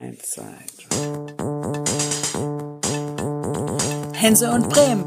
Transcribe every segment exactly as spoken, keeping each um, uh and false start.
Eins, zwei, drei. Hänsel und Bremen.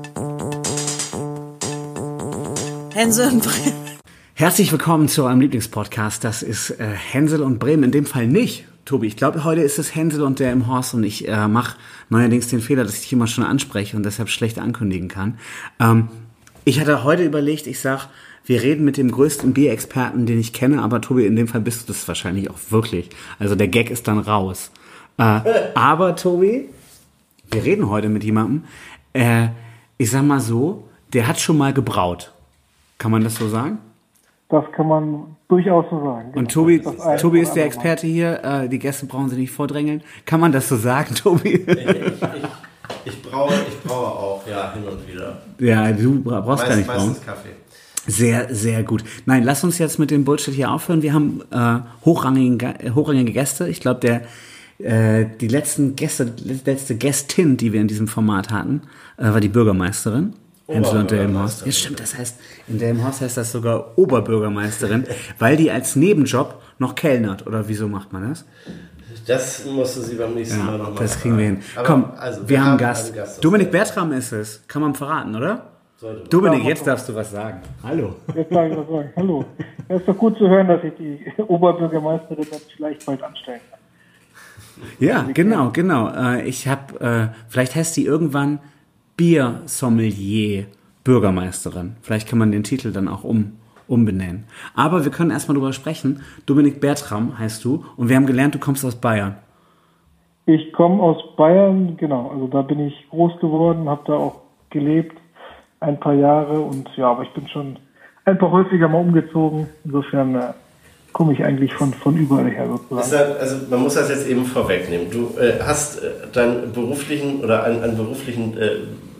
Hänsel und Bremen. Herzlich willkommen zu eurem Lieblingspodcast. Das ist äh, Hänsel und Bremen. In dem Fall nicht, Tobi. Ich glaube, heute ist es Hänsel und der im Horst und ich äh, mache neuerdings den Fehler, dass ich dich immer schon anspreche und deshalb schlecht ankündigen kann. Ähm, ich hatte heute überlegt, ich sag, wir reden mit dem größten Bierexperten, den ich kenne, aber Tobi, in dem Fall bist du das wahrscheinlich auch wirklich. Also der Gag ist dann raus. Äh, aber Tobi, wir reden heute mit jemandem, äh, ich sag mal so, der hat schon mal gebraut. Kann man das so sagen? Das kann man durchaus so sagen. Und Tobi, Tobi ist der Experte hier, äh, die Gäste brauchen sie nicht vordrängeln. Kann man das so sagen, Tobi? Ich, ich, ich, ich, braue, ich braue auch, ja, hin und wieder. Ja, du brauchst Meist, gar nicht brauen. Meistens Kaffee. Sehr, sehr gut. Nein, lass uns jetzt mit dem Bullshit hier aufhören. Wir haben äh, hochrangige, hochrangige Gäste. Ich glaube, der äh, die letzten Gäste, letzte Gästin, die wir in diesem Format hatten, äh, war die Bürgermeisterin. Hänsel und Delmenhorst. Ja, stimmt, das heißt, in Delmenhorst heißt das sogar Oberbürgermeisterin, weil die als Nebenjob noch kellnert. Oder wieso macht man das? Das musst du sie beim nächsten Ja, Mal nochmal das kriegen wir hin. Aber Komm, also, wir, wir haben einen haben Gast. einen Gast. Dominik Bertram ist es. Kann man verraten, oder? Sollte. Dominik, jetzt darfst du was sagen. Hallo. Jetzt darf ich was sagen. Hallo. Es ist doch gut zu hören, dass ich die Oberbürgermeisterin dann vielleicht bald anstellen kann. Ja, genau, genau. Äh, Ich habe, äh, vielleicht heißt sie irgendwann Biersommelier Bürgermeisterin. Vielleicht kann man den Titel dann auch um, umbenennen. Aber wir können erstmal drüber sprechen. Dominik Bertram heißt du und wir haben gelernt, du kommst aus Bayern. Ich komme aus Bayern, genau. Also da bin ich groß geworden, habe da auch gelebt ein paar Jahre und ja, aber ich bin schon ein paar häufiger mal umgezogen. Insofern äh, komme ich eigentlich von, von überall her sozusagen. Das, also man muss das jetzt eben vorwegnehmen. Du äh, hast äh, deinen beruflichen oder einen, einen beruflichen äh,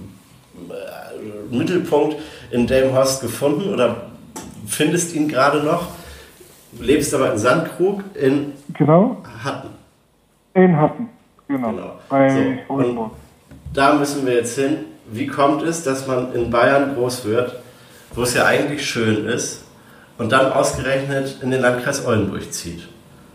Mittelpunkt in Delmenhorst gefunden oder findest ihn gerade noch, lebst aber in Sandkrug in Genau. Hatten. In Hatten, genau. Genau. Bei So, Oldenburg. Da müssen wir jetzt hin. Wie kommt es, dass man in Bayern groß wird, wo es ja eigentlich schön ist, und dann ausgerechnet in den Landkreis Oldenburg zieht?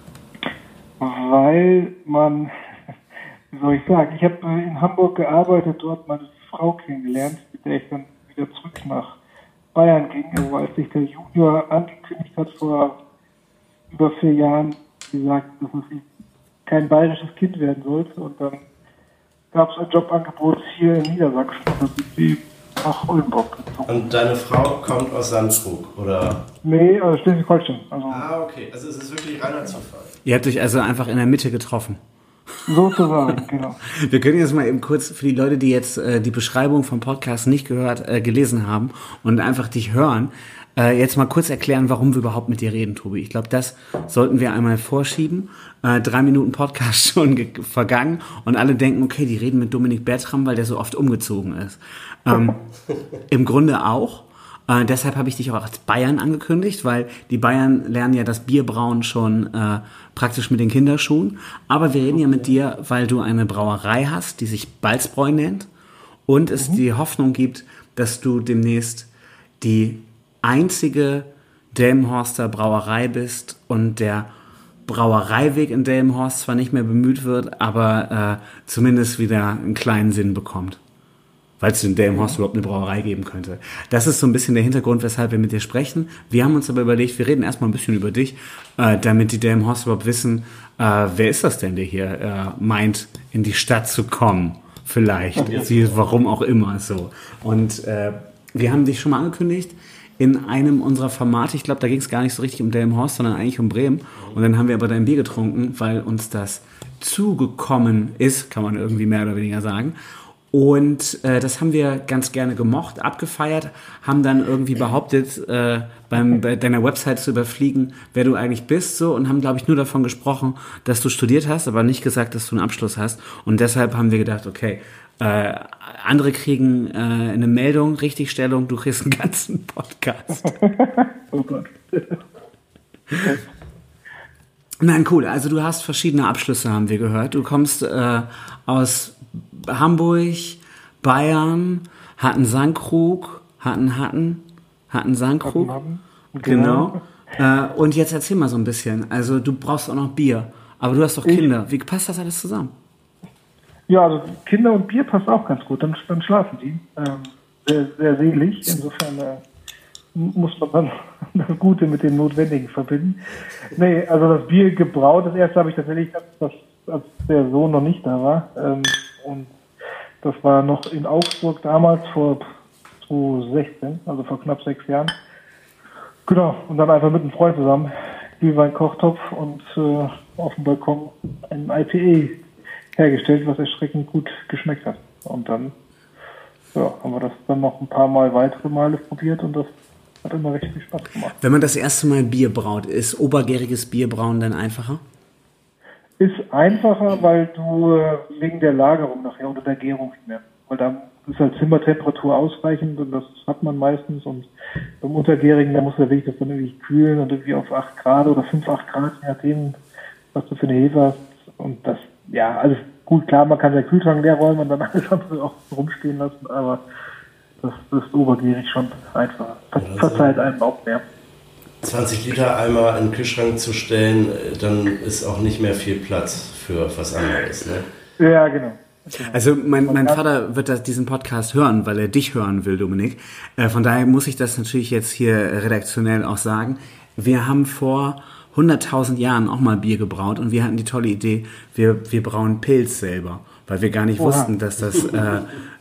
Weil man, wie soll ich sagen, ich habe in Hamburg gearbeitet, dort meine Frau kennengelernt, mit der ich dann wieder zurück nach Bayern ging. Also als sich der Junior angekündigt hat vor über vier Jahren, gesagt, dass es kein bayerisches Kind werden sollte. Und dann gab es ein Jobangebot hier in Niedersachsen. Und dann sind sie nach Oldenburg gezogen. Und deine Frau kommt aus Sandkrug, oder? Nee, also Schleswig-Holstein. Also Ah, okay. Also es ist wirklich reiner Zufall. Ihr habt euch also einfach in der Mitte getroffen. sozusagen, genau. Wir können jetzt mal eben kurz für die Leute, die jetzt äh, die Beschreibung vom Podcast nicht gehört, äh, gelesen haben und einfach dich hören, äh, jetzt mal kurz erklären, warum wir überhaupt mit dir reden, Tobi. Ich glaube, das sollten wir einmal vorschieben. Äh, drei Minuten Podcast schon ge- vergangen und alle denken, okay, die reden mit Dominik Bertram, weil der so oft umgezogen ist. Ähm, Im Grunde auch. Äh, deshalb habe ich dich auch als Bayern angekündigt, weil die Bayern lernen ja das Bierbrauen schon äh, praktisch mit den Kinderschuhen. Aber wir reden ja mit dir, weil du eine Brauerei hast, die sich Balzbräu nennt und es mhm. die Hoffnung gibt, dass du demnächst die einzige Delmenhorster Brauerei bist und der Brauereiweg in Delmenhorst zwar nicht mehr bemüht wird, aber äh, zumindest wieder einen kleinen Sinn bekommt. Weil es in Delmenhorst überhaupt eine Brauerei geben könnte. Das ist so ein bisschen der Hintergrund, weshalb wir mit dir sprechen. Wir haben uns aber überlegt, wir reden erstmal ein bisschen über dich, äh, damit die Delmenhorst überhaupt wissen, äh, wer ist das denn, der hier äh, meint, in die Stadt zu kommen? Vielleicht. Sie, warum auch immer so. Und äh, wir haben dich schon mal angekündigt in einem unserer Formate. Ich glaube, da ging es gar nicht so richtig um Delmenhorst, sondern eigentlich um Bremen. Und dann haben wir aber dein Bier getrunken, weil uns das zugekommen ist, kann man irgendwie mehr oder weniger sagen. Und äh, das haben wir ganz gerne gemocht, abgefeiert, haben dann irgendwie behauptet, äh, beim, bei deiner Website zu überfliegen, wer du eigentlich bist, so, und haben, glaube ich, nur davon gesprochen, dass du studiert hast, aber nicht gesagt, dass du einen Abschluss hast. Und deshalb haben wir gedacht, okay, äh, andere kriegen äh, eine Meldung, Richtigstellung, du kriegst einen ganzen Podcast. Oh Gott. Nein, cool. Also du hast verschiedene Abschlüsse, haben wir gehört. Du kommst äh, aus Hamburg, Bayern, Hatten-Sandkrug, Hatten-Hatten, Hatten-Sandkrug. Hatten-Hatten. Genau. Äh, und jetzt erzähl mal so ein bisschen. Also du brauchst auch noch Bier. Aber du hast doch Kinder. Wie passt das alles zusammen? Ja, also Kinder und Bier passt auch ganz gut. Dann, dann schlafen die. Ähm, sehr, sehr selig. Insofern äh, muss man dann das Gute mit dem Notwendigen verbinden. Nee, also das Bier gebraut, das erste habe ich tatsächlich, als, als der Sohn noch nicht da war. Ähm, und das war noch in Augsburg damals vor zwanzig sechzehn, also vor knapp sechs Jahren. Genau, und dann einfach mit einem Freund zusammen, Glühwein-Kochtopf und äh, auf dem Balkon ein I P A hergestellt, was erschreckend gut geschmeckt hat. Und dann ja, haben wir das dann noch ein paar Mal weitere Male probiert und das hat immer recht viel Spaß gemacht. Wenn man das erste Mal Bier braut, ist obergäriges Bierbrauen dann einfacher? Ist einfacher, weil du äh, wegen der Lagerung nachher oder der Gärung nicht mehr. Weil da ist halt Zimmertemperatur ausreichend und das hat man meistens. Und beim Untergärigen, da muss der Weg das dann irgendwie kühlen und irgendwie auf acht Grad oder fünf, acht Grad, je nachdem, was du für eine Hefe hast. Und das, ja, also gut, klar, man kann den Kühlschrank leer räumen und dann alles andere auch rumstehen lassen, aber das, das ist obergärig schon einfacher. Ver verzeiht einem auch mehr. zwanzig Liter Eimer in den Kühlschrank zu stellen, dann ist auch nicht mehr viel Platz für was anderes. Ne? Ja, genau. Also mein, mein Vater wird das, diesen Podcast hören, weil er dich hören will, Dominik. Äh, von daher muss ich das natürlich jetzt hier redaktionell auch sagen. Wir haben vor hunderttausend Jahren auch mal Bier gebraut und wir hatten die tolle Idee, wir, wir brauen Pilz selber, weil wir gar nicht Oha. wussten, dass das... Äh,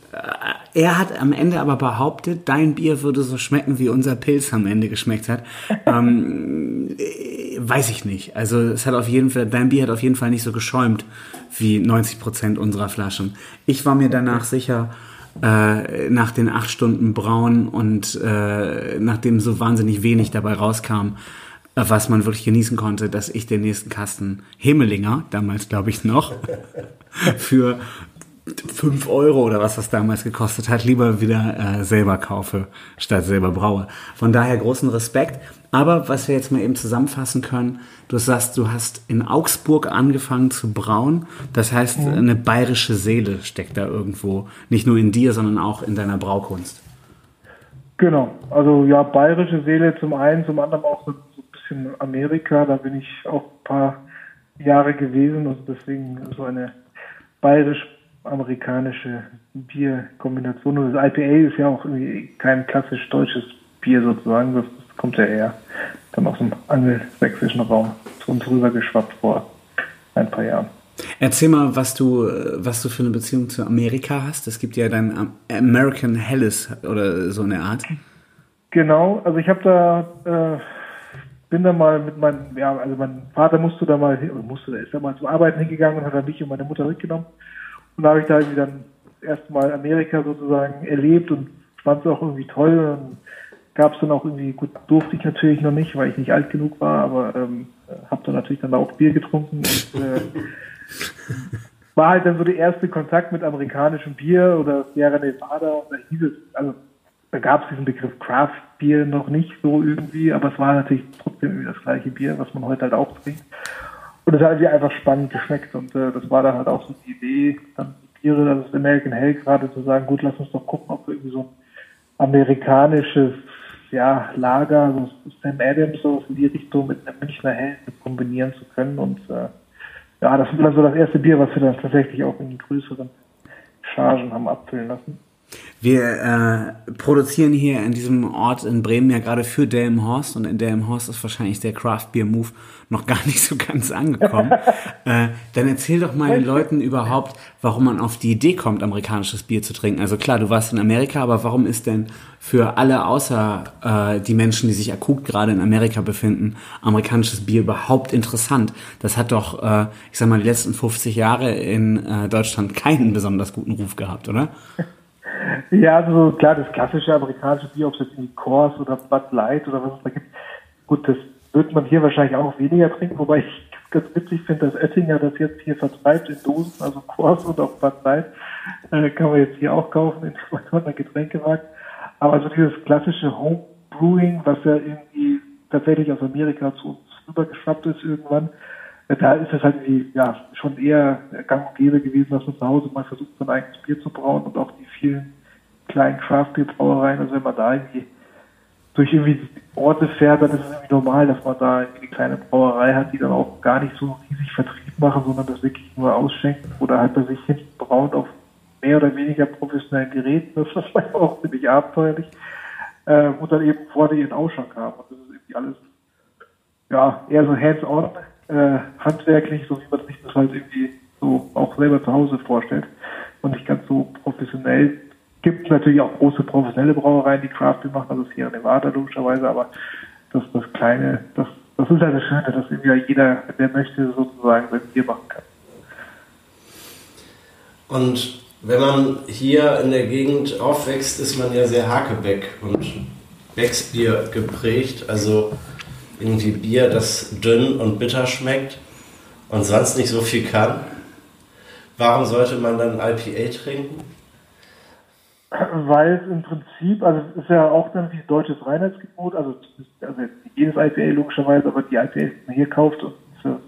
er hat am Ende aber behauptet, dein Bier würde so schmecken, wie unser Pilz am Ende geschmeckt hat. ähm, weiß ich nicht. Also es hat auf jeden Fall, dein Bier hat auf jeden Fall nicht so geschäumt wie neunzig Prozent unserer Flaschen. Ich war mir danach sicher, äh, nach den acht Stunden Brauen und äh, nachdem so wahnsinnig wenig dabei rauskam, äh, was man wirklich genießen konnte, dass ich den nächsten Kasten Hemelinger, damals glaube ich noch, für fünf Euro oder was das damals gekostet hat, lieber wieder äh, selber kaufe, statt selber braue. Von daher großen Respekt. Aber was wir jetzt mal eben zusammenfassen können, du sagst, du hast in Augsburg angefangen zu brauen. Das heißt, mhm. eine bayerische Seele steckt da irgendwo. Nicht nur in dir, sondern auch in deiner Braukunst. Genau. Also ja, bayerische Seele zum einen, zum anderen auch so, so ein bisschen Amerika. Da bin ich auch ein paar Jahre gewesen. Also deswegen so eine bayerisch amerikanische Bierkombination. Und das I P A ist ja auch irgendwie kein klassisch deutsches Bier sozusagen. Das, das kommt ja eher dann aus dem angelsächsischen Raum zu uns rüber geschwappt vor ein paar Jahren. Erzähl mal, was du, was du für eine Beziehung zu Amerika hast. Es gibt ja dann American Helles oder so eine Art. Genau, also ich habe da äh, bin da mal mit meinem, ja, also mein Vater musste da mal, oder musste, der ist da mal zum Arbeiten hingegangen und hat dann mich und meine Mutter mitgenommen. Und da habe ich da irgendwie dann erstmal Amerika sozusagen erlebt und fand es auch irgendwie toll. Und dann gab es dann auch irgendwie, gut, durfte ich natürlich noch nicht, weil ich nicht alt genug war, aber ähm, habe dann natürlich dann auch Bier getrunken und äh, war halt dann so der erste Kontakt mit amerikanischem Bier oder Sierra Nevada und da hieß es, also da gab es diesen Begriff Craft Bier noch nicht so irgendwie, aber es war natürlich trotzdem irgendwie das gleiche Bier, was man heute halt auch trinkt. Und das hat irgendwie einfach spannend geschmeckt und äh, das war dann halt auch so die Idee, dann die Biere, das ist American Hell gerade zu sagen, gut, lass uns doch gucken, ob wir irgendwie so ein amerikanisches ja, Lager, so Sam Adams, so in die Richtung mit einem Münchner Hell kombinieren zu können und äh, ja, das war dann so das erste Bier, was wir dann tatsächlich auch in größeren Chargen haben abfüllen lassen. Wir äh, produzieren hier in diesem Ort in Bremen ja gerade für Delmenhorst und in Delmenhorst ist wahrscheinlich der Craft Beer Move noch gar nicht so ganz angekommen. äh, dann erzähl doch mal den Leuten überhaupt, warum man auf die Idee kommt, amerikanisches Bier zu trinken. Also klar, du warst in Amerika, aber warum ist denn für alle außer äh, die Menschen, die sich akut gerade in Amerika befinden, amerikanisches Bier überhaupt interessant? Das hat doch, äh, ich sag mal, die letzten fünfzig Jahre in äh, Deutschland keinen besonders guten Ruf gehabt, oder? Ja, also klar, das klassische amerikanische Bier, ob es jetzt irgendwie Coors oder Bud Light oder was es da gibt, gut, das wird man hier wahrscheinlich auch weniger trinken, wobei ich ganz witzig finde, dass Oettinger das jetzt hier vertreibt in Dosen, also Coors und auch Bud Light, äh, kann man jetzt hier auch kaufen in der Getränkemarkt. Aber so dieses klassische Homebrewing, was ja irgendwie tatsächlich aus Amerika zu uns rübergeschwappt ist irgendwann, da ist es halt irgendwie, ja, schon eher gang und gäbe gewesen, dass man zu Hause mal versucht, sein eigenes Bier zu brauen und auch die vielen kleinen Craft-Bier-Brauereien, also wenn man da irgendwie durch irgendwie Orte fährt, dann ist es irgendwie normal, dass man da irgendwie eine kleine Brauerei hat, die dann auch gar nicht so riesig Vertrieb machen, sondern das wirklich nur ausschenken oder halt bei sich hinten brauen auf mehr oder weniger professionellen Geräten. Das ist manchmal auch ziemlich abenteuerlich. Äh, und dann eben vorne ihren Ausschank haben. Und das ist irgendwie alles, ja, eher so hands-on, äh, handwerklich, so wie man sich das halt irgendwie so auch selber zu Hause vorstellt. Und nicht ganz so professionell. Gibt natürlich auch große professionelle Brauereien, die Craft Beer machen, also Sierra Nevada logischerweise, aber das, das Kleine, das, das ist ja das Schöne, dass irgendwie jeder, der möchte, sozusagen sein Bier machen kann. Und wenn man hier in der Gegend aufwächst, ist man ja sehr Hakebeck und Becksbier geprägt, also irgendwie Bier, das dünn und bitter schmeckt und sonst nicht so viel kann. Warum sollte man dann I P A trinken? Weil es im Prinzip, also es ist ja auch dann wie deutsches Reinheitsgebot, also, also nicht jedes I P A logischerweise, aber die I P As, die man hier kauft und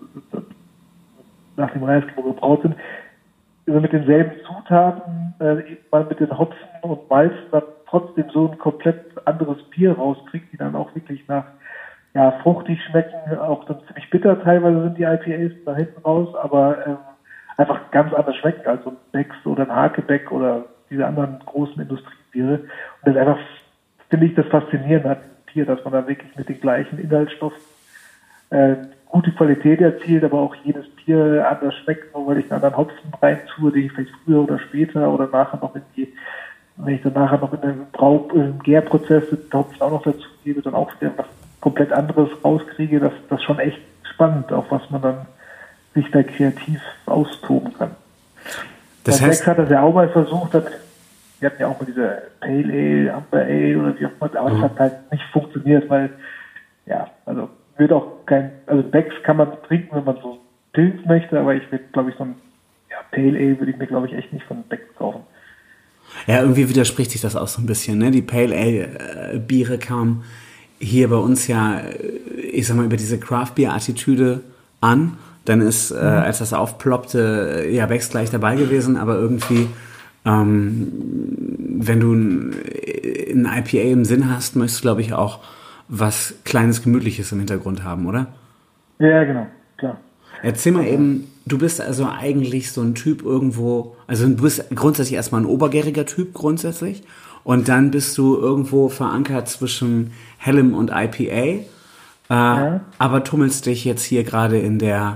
nach dem Reinheitsgebot gebraut sind, also mit denselben Zutaten, äh, mal mit den Hopfen und Malz dann trotzdem so ein komplett anderes Bier rauskriegt, die dann auch wirklich nach ja, fruchtig schmecken, auch dann ziemlich bitter teilweise sind die I P As da hinten raus, aber ähm, einfach ganz anders schmecken als so ein Becks oder ein Hakebeck oder diese anderen großen Industriebiere. Und das ist einfach, finde ich, das Faszinierende an diesem Bier, dass man da wirklich mit den gleichen Inhaltsstoffen äh, gute Qualität erzielt, aber auch jedes Bier anders schmeckt, nur weil ich einen anderen Hopfen rein tue, den ich vielleicht früher oder später oder nachher noch in die, wenn ich dann nachher noch in einem Brau, im Gärprozess den Hopfen auch noch dazu gebe, dann auch wieder was komplett anderes rauskriege, das, das ist schon echt spannend, auf was man dann sich da kreativ austoben kann. Das heißt, Beck hat das ja auch mal versucht, hat, wir hatten ja auch mal diese Pale Ale, Amber Ale oder wie auch immer, aber es mhm. hat halt nicht funktioniert, weil, ja, also wird auch kein, also Becks kann man trinken, wenn man so Pilz möchte, aber ich würde, glaube ich, so ein ja, Pale Ale würde ich mir, glaube ich, echt nicht von Becks kaufen. Ja, irgendwie widerspricht sich das auch so ein bisschen, ne? Die Pale Ale äh, Biere kamen hier bei uns ja, ich sag mal, über diese Craft-Bier-Attitüde an. Dann ist, äh, als das aufploppte, ja, Becks gleich dabei gewesen, aber irgendwie, ähm, wenn du ein, ein I P A im Sinn hast, möchtest du, glaube ich, auch was Kleines, Gemütliches im Hintergrund haben, oder? Ja, genau, klar. Erzähl mal eben, du bist also eigentlich so ein Typ irgendwo, also du bist grundsätzlich erstmal ein obergäriger Typ grundsätzlich und dann bist du irgendwo verankert zwischen Hellem und I P A, äh, ja. aber tummelst dich jetzt hier gerade in der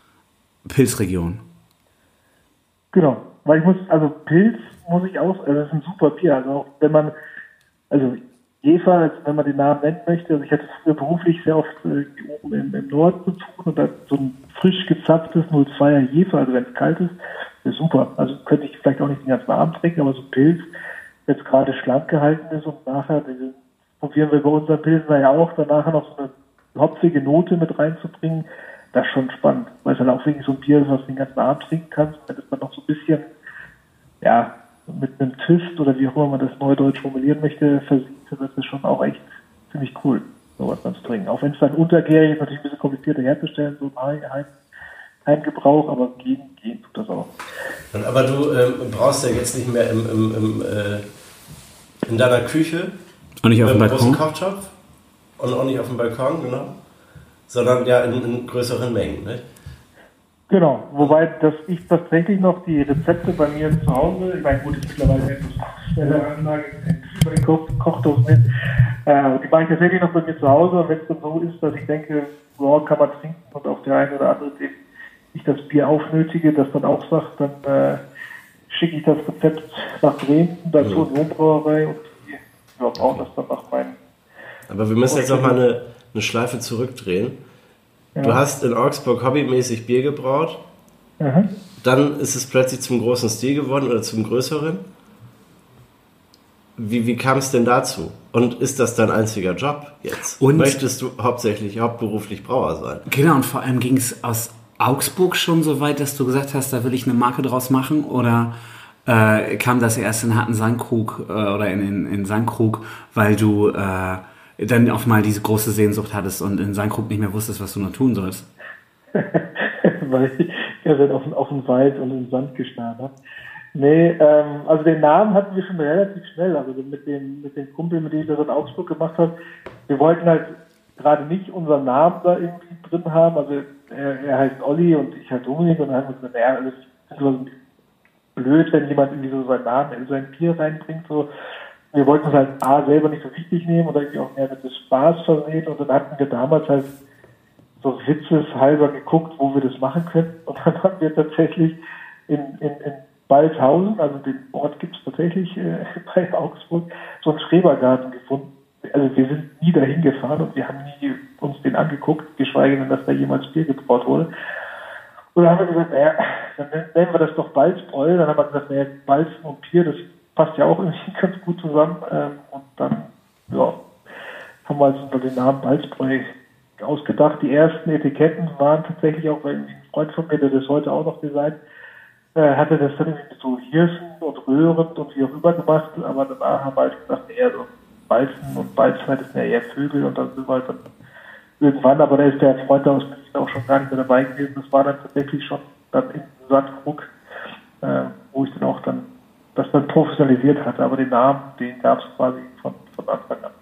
Pilzregion. Genau, weil ich muss, also Pilz muss ich auch, also das ist ein super Bier, also auch wenn man, also Jefer, also wenn man den Namen nennen möchte, also ich hatte früher beruflich sehr oft äh, oben im, im Norden zu tun und dann so ein frisch gezapftes null Komma zweier Jefer, also wenn es kalt ist, ist super, also könnte ich vielleicht auch nicht den ganzen Abend trinken, aber so ein Pilz, wenn es gerade schlank gehalten ist und nachher, diese, probieren wir bei unseren Pilzen ja auch, dann nachher noch so eine hopfige Note mit reinzubringen, das ist schon spannend, weil es dann auch wirklich so ein Bier ist, was du den ganzen Abend trinken kannst. Wenn es dann noch so ein bisschen, ja, mit einem Twist oder wie auch immer man das neudeutsch formulieren möchte, versiegt, das ist schon auch echt ziemlich cool, sowas dann zu trinken. Auch wenn es dann untergärig ist, natürlich ein bisschen komplizierter herzustellen, so ein Heim, Heimgebrauch, aber gehen, gehen tut das auch. Aber du ähm, brauchst ja jetzt nicht mehr im, im, im, äh, in deiner Küche und nicht auf dem Balkon, großen Kochtopf und auch nicht auf dem Balkon, genau. Sondern ja in, in größeren Mengen, nicht? Genau, wobei dass ich tatsächlich noch die Rezepte bei mir zu Hause, ich meine, gut, ich mittlerweile etwas schnellere Anlage über den Ko- Kochtopf mit, äh, die mache ich tatsächlich noch bei mir zu Hause und wenn es dann so ist, dass ich denke, wow, kann man trinken und auf der einen oder anderen eben ich das Bier aufnötige, das dann auch sagt, dann äh, schicke ich das Rezept nach Dresden, dazu mhm. eine Wohnbrauerei und die ja, brauchen das dann nach meinem. Aber wir müssen jetzt noch mal eine eine Schleife zurückdrehen. Ja. Du hast in Augsburg hobbymäßig Bier gebraut, mhm. dann ist es plötzlich zum großen Stil geworden oder zum größeren. Wie, wie kam es denn dazu? Und ist das dein einziger Job jetzt? Und möchtest du hauptsächlich, hauptberuflich Brauer sein? Genau, und vor allem ging es aus Augsburg schon so weit, dass du gesagt hast, da will ich eine Marke draus machen, oder äh, kam das erst in Harten Sandkrug äh, oder in, in, in Sandkrug, weil du äh, dann auch mal diese große Sehnsucht hattest und in Sandkrug nicht mehr wusstest, was du noch tun sollst? Weil ich ja dann auf, auf den Wald und in den Sand gestarrt habe. Nee, ähm, also den Namen hatten wir schon relativ schnell, also mit dem, mit dem Kumpel, mit dem ich das in Augsburg gemacht habe. Wir wollten halt gerade nicht unseren Namen da irgendwie drin haben, also er, er heißt Olli und ich halt Dominik, und dann haben wir gesagt, naja, das ist so blöd, wenn jemand irgendwie so seinen Namen in sein Bier reinbringt, so. Wir wollten es halt A, selber nicht so wichtig nehmen oder irgendwie auch mehr mit dem Spaß versehen, und dann hatten wir damals halt so witzeshalber geguckt, wo wir das machen können, und dann haben wir tatsächlich in, in, in Balzhausen, also den Ort gibt es tatsächlich äh, bei Augsburg, so einen Schrebergarten gefunden. Also wir sind nie dahin gefahren und wir haben nie uns den angeguckt, geschweige denn, dass da jemals Bier gebraut wurde. Und dann haben wir gesagt, naja, dann nennen wir das doch Balzbräu. Dann haben wir gesagt, naja, Balzen und Bier, das passt ja auch irgendwie ganz gut zusammen. Und dann, ja, haben wir uns unter den Namen Balzbräu ausgedacht. Die ersten Etiketten waren tatsächlich auch, weil ein Freund von mir, der das heute auch noch designt, hatte das dann irgendwie so Hirschen und röhrend und wie auch immer gemacht, aber danach haben wir halt gesagt, eher so Balzen und Balzen, das sind ja eher Vögel, und dann sind wir halt dann irgendwann, aber da ist der Freund aus Berlin auch schon gar nicht mehr dabei gewesen, das war dann tatsächlich schon dann in Sandkrug, äh, wo ich dann auch dann das dann professionalisiert hatte, aber den Namen, den gab es quasi von, von Anfang an.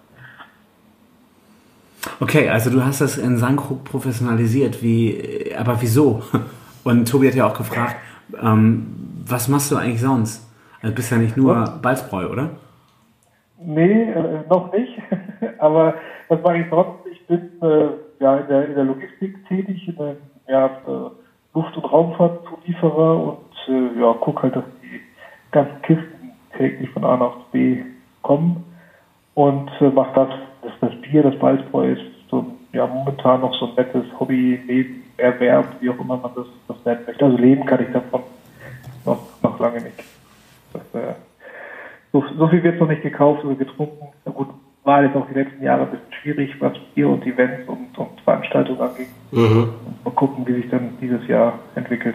Okay, also du hast das in Sandkrug professionalisiert, wie, aber wieso? Und Tobi hat ja auch gefragt, Ähm, was machst du eigentlich sonst? Also bist ja nicht nur was? Balzbräu, oder? Nee, äh, noch nicht. Aber was mache ich sonst? Ich bin äh, ja in der, in der Logistik tätig, in einem ja, äh, Luft- und Raumfahrtzulieferer, und äh, ja, gucke halt, dass die ganzen Kisten täglich von A nach B kommen, und äh, mache das, das, das Bier, das Balzbräu ist so ja momentan noch so ein nettes Hobby, Nebenerwerb, wie auch immer man das, das nennen möchte. Also leben kann ich davon noch, noch lange nicht. Das, äh, so, so viel wird noch nicht gekauft oder getrunken. Na gut, war jetzt auch die letzten Jahre ein bisschen schwierig, was Bier und Events und, und Veranstaltungen angeht. Mhm. Und mal gucken, wie sich dann dieses Jahr entwickelt.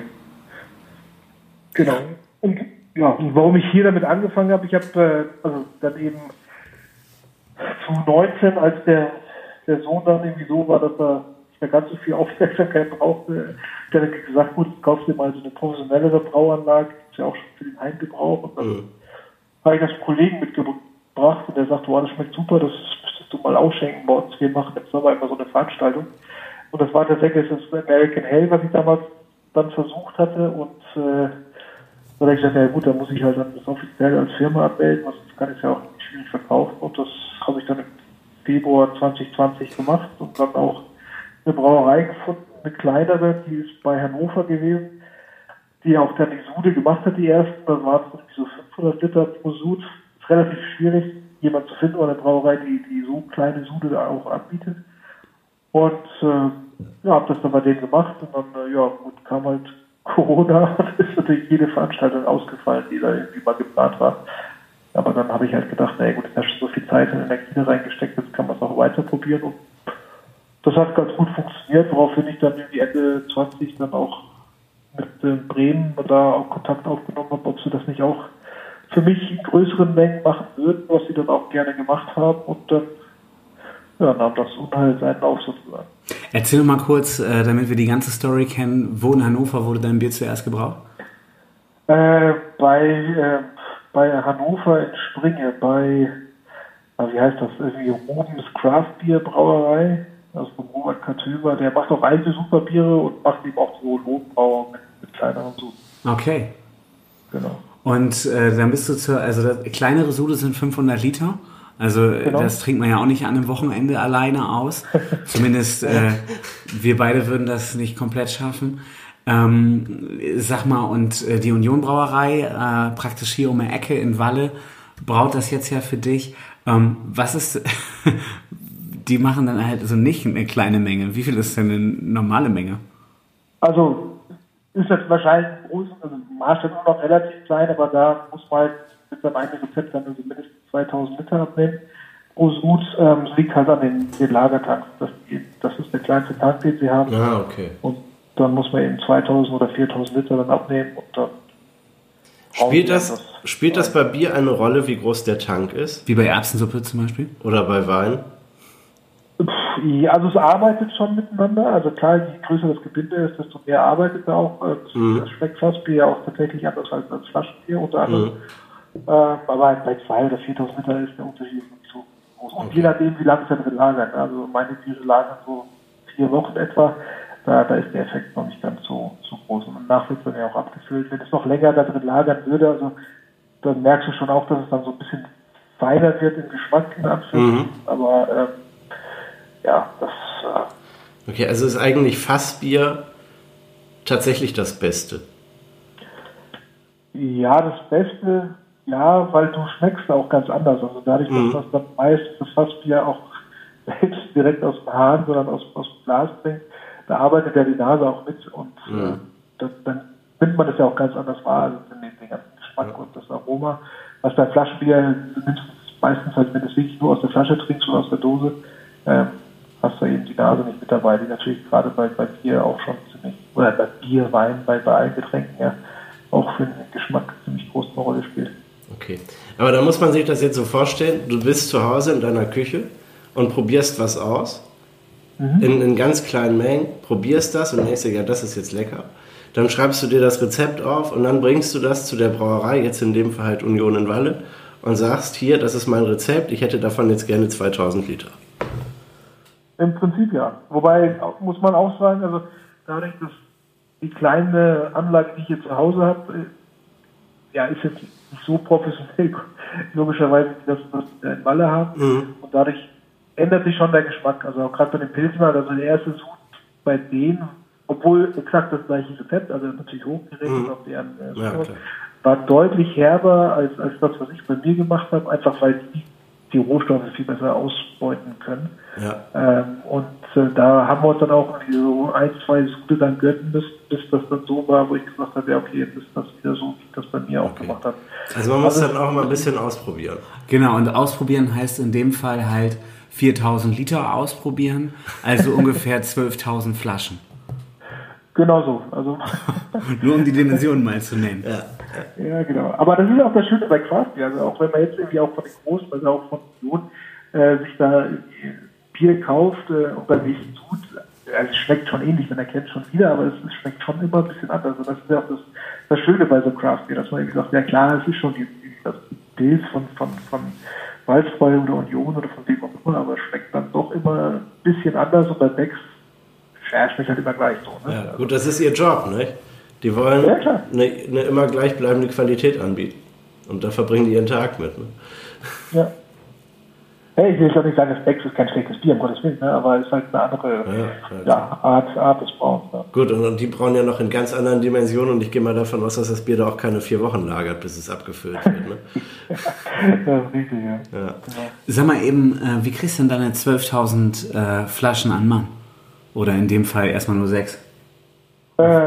Genau. Und ja, und warum ich hier damit angefangen habe, ich habe äh, also dann eben zu neunzehn, als der der Sohn dann irgendwie so war, dass er nicht mehr ganz so viel Aufmerksamkeit brauchte, der hat gesagt, gut, jetzt kaufst du dir mal so eine professionellere Brauanlage, die ist ja auch schon für den Heimgebrauch, und dann mhm. habe ich das einem Kollegen mitgebracht, und der sagte, wow, das schmeckt super, das müsstest du mal ausschenken bei uns, wir machen jetzt aber immer so eine Veranstaltung, und das war tatsächlich das American Hell, was ich damals dann versucht hatte, und äh, dann habe ich gesagt, ja gut, dann muss ich halt dann das offiziell als Firma anmelden, was kann ich ja auch nicht schwierig verkaufen, und das habe ich dann im Februar zwanzig zwanzig gemacht und dann auch eine Brauerei gefunden, eine kleinere, die ist bei Hannover gewesen, die auch dann die Sude gemacht hat, die ersten, da waren es so fünfhundert Liter pro Sud. Ist relativ schwierig, jemand zu finden, oder eine Brauerei, die, die so kleine Sude da auch anbietet. Und äh, ja, habe das dann bei denen gemacht, und dann, äh, ja gut, kam halt Corona, und ist natürlich jede Veranstaltung ausgefallen, die da irgendwie mal geplant war. Aber dann habe ich halt gedacht, naja gut, ich habe schon so viel Zeit und Energie da reingesteckt, jetzt kann man es auch weiter probieren. Und das hat ganz gut funktioniert, woraufhin ich dann irgendwie Ende zwanzig dann auch mit äh, Bremen da auch Kontakt aufgenommen habe, ob sie das nicht auch für mich in größeren Mengen machen würden, was sie dann auch gerne gemacht haben. Und dann ja, nahm das Unheil seinen Lauf sozusagen. Erzähl doch mal kurz, äh, damit wir die ganze Story kennen, wo in Hannover wurde dein Bier zuerst gebraut? Äh, bei... Äh, bei Hannover in Springe, bei, wie heißt das, irgendwie Rubens Craft Beer Brauerei, also von Robert Kartöber, der macht auch alte Superbiere und macht eben auch so Lohnbrauer mit, mit kleineren Suden. Okay. Genau. Und äh, dann bist du zur, also das, kleinere Sude sind fünfhundert Liter, also genau. Das trinkt man ja auch nicht an einem Wochenende alleine aus, zumindest äh, wir beide würden das nicht komplett schaffen. Ähm, sag mal, und äh, die Union Brauerei, äh, praktisch hier um die Ecke in Walle, braut das jetzt ja für dich. Ähm, was ist, die machen dann halt also nicht eine kleine Menge. Wie viel ist denn eine normale Menge? Also, ist jetzt wahrscheinlich ein großen, also Maß ist noch relativ klein, aber da muss man halt mit seinem eigenen Rezept dann also mindestens zweitausend Liter abnehmen. Pro Sud, ähm, liegt halt an den, den Lagertanks. Das, das ist der kleinste Tank, den sie haben. Ah, okay. Und dann muss man eben zweitausend oder viertausend Liter dann abnehmen, und dann spielt das, das spielt das bei Bier eine Rolle, wie groß der Tank ist? Wie bei Erbsensuppe zum Beispiel? Oder bei Wein? Pff, also es arbeitet schon miteinander. Also klar, je größer das Gebinde ist, desto mehr arbeitet er auch. Das, mhm. das schmeckt Fassbier ja auch tatsächlich anders als, als Flaschenbier unter anderem. Mhm. Ähm, aber halt bei zweitausend oder viertausend Liter ist der Unterschied nicht so groß. Und okay. je nachdem, wie lange es ja drin lagert. Also meine Biere lagern so vier Wochen etwa. Da, da ist der Effekt noch nicht ganz so, so groß. Und danach wird es dann ja auch abgefüllt. Wenn es noch länger da drin lagern würde, also dann merkst du schon auch, dass es dann so ein bisschen feiner wird im Geschmack in Anführungszeichen. Mhm. Aber ähm, ja, das... Äh, okay, also ist eigentlich Fassbier tatsächlich das Beste? Ja, das Beste, ja, weil du schmeckst auch ganz anders. Also dadurch, mhm. dass das dann meistens das Fassbier auch selbst direkt aus dem Hahn, sondern aus, aus dem Glas bringt, da arbeitet ja die Nase auch mit und mhm. äh, das, dann nimmt man das ja auch ganz anders wahr, also den, den ganzen Geschmack mhm. und das Aroma. Was beim Flaschenbier, du nimmst es meistens, halt, wenn du es wirklich nur aus der Flasche trinkst oder aus der Dose, ähm, hast du eben die Nase nicht mit dabei, die natürlich gerade bei, bei Bier auch schon ziemlich, oder bei Bier, Wein, bei, bei allen Getränken ja auch für den Geschmack ziemlich groß eine Rolle spielt. Okay, aber da muss man sich das jetzt so vorstellen, du bist zu Hause in deiner Küche und probierst was aus, mhm. in, in ganz kleinen Mengen, probierst das und denkst dir, ja, das ist jetzt lecker. Dann schreibst du dir das Rezept auf und dann bringst du das zu der Brauerei, jetzt in dem Fall halt Union in Walle, und sagst, hier, das ist mein Rezept, ich hätte davon jetzt gerne zweitausend Liter. Im Prinzip ja. Wobei, muss man auch sagen, also dadurch, dass die kleine Anlage, die ich hier zu Hause habe, ja, ist jetzt nicht so professionell, logischerweise, wie das, was wir in Walle haben. Mhm. Und dadurch ändert sich schon der Geschmack. Also auch gerade bei den Pilsner, also der erste Sud bei denen, obwohl exakt das gleiche Rezept, also natürlich hochgerechnet mhm. auf deren äh, ja, war deutlich herber als, als das, was ich bei mir gemacht habe, einfach weil die die Rohstoffe viel besser ausbeuten können. Ja. Ähm, und äh, da haben wir uns dann auch so ein, zwei Sude dann gönnen müssen, bis das dann so war, wo ich gesagt habe, ja okay, jetzt ist das wieder so, wie ich das bei mir okay. auch gemacht habe. Also man muss also, dann auch mal ein bisschen ausprobieren. Genau, und ausprobieren heißt in dem Fall halt viertausend Liter ausprobieren, also ungefähr zwölftausend Flaschen. Genau so. Also nur um die Dimensionen mal zu nennen. Ja. Ja, genau. Aber das ist auch das Schöne bei Craftbier. Also auch wenn man jetzt irgendwie auch von den Großen, also auch von Union, äh, sich da Bier kauft äh, und dann nicht tut, also es schmeckt schon ähnlich, man erkennt schon wieder, aber es, es schmeckt schon immer ein bisschen anders. Und das ist ja auch das, das Schöne bei so Craftbier, dass man irgendwie sagt, ja klar, es ist schon die, das Bild von, von, von Walzbräu oder Union oder von wem auch immer, aber es schmeckt dann doch immer ein bisschen anders und bei Becks ja, schmeckt halt immer gleich so. Ne? Ja, gut, das ist ihr Job, ne? Die wollen ja, eine, eine immer gleichbleibende Qualität anbieten. Und da verbringen die ihren Tag mit. Ne? Ja. Hey, ich will jetzt nicht sagen, dass Becks ist kein schlechtes Bier, um Gottes Willen, ne? Aber es ist halt eine andere ja, ja, Art, Art des Brauens. Ja. Gut, und, und die brauen ja noch in ganz anderen Dimensionen und ich gehe mal davon aus, dass das Bier da auch keine vier Wochen lagert, bis es abgefüllt wird. Ne? Das ist richtig, ja. ja. Genau. Sag mal eben, äh, wie kriegst du denn deine zwölftausend äh, Flaschen an Mann? Oder in dem Fall erstmal nur sechs? Äh,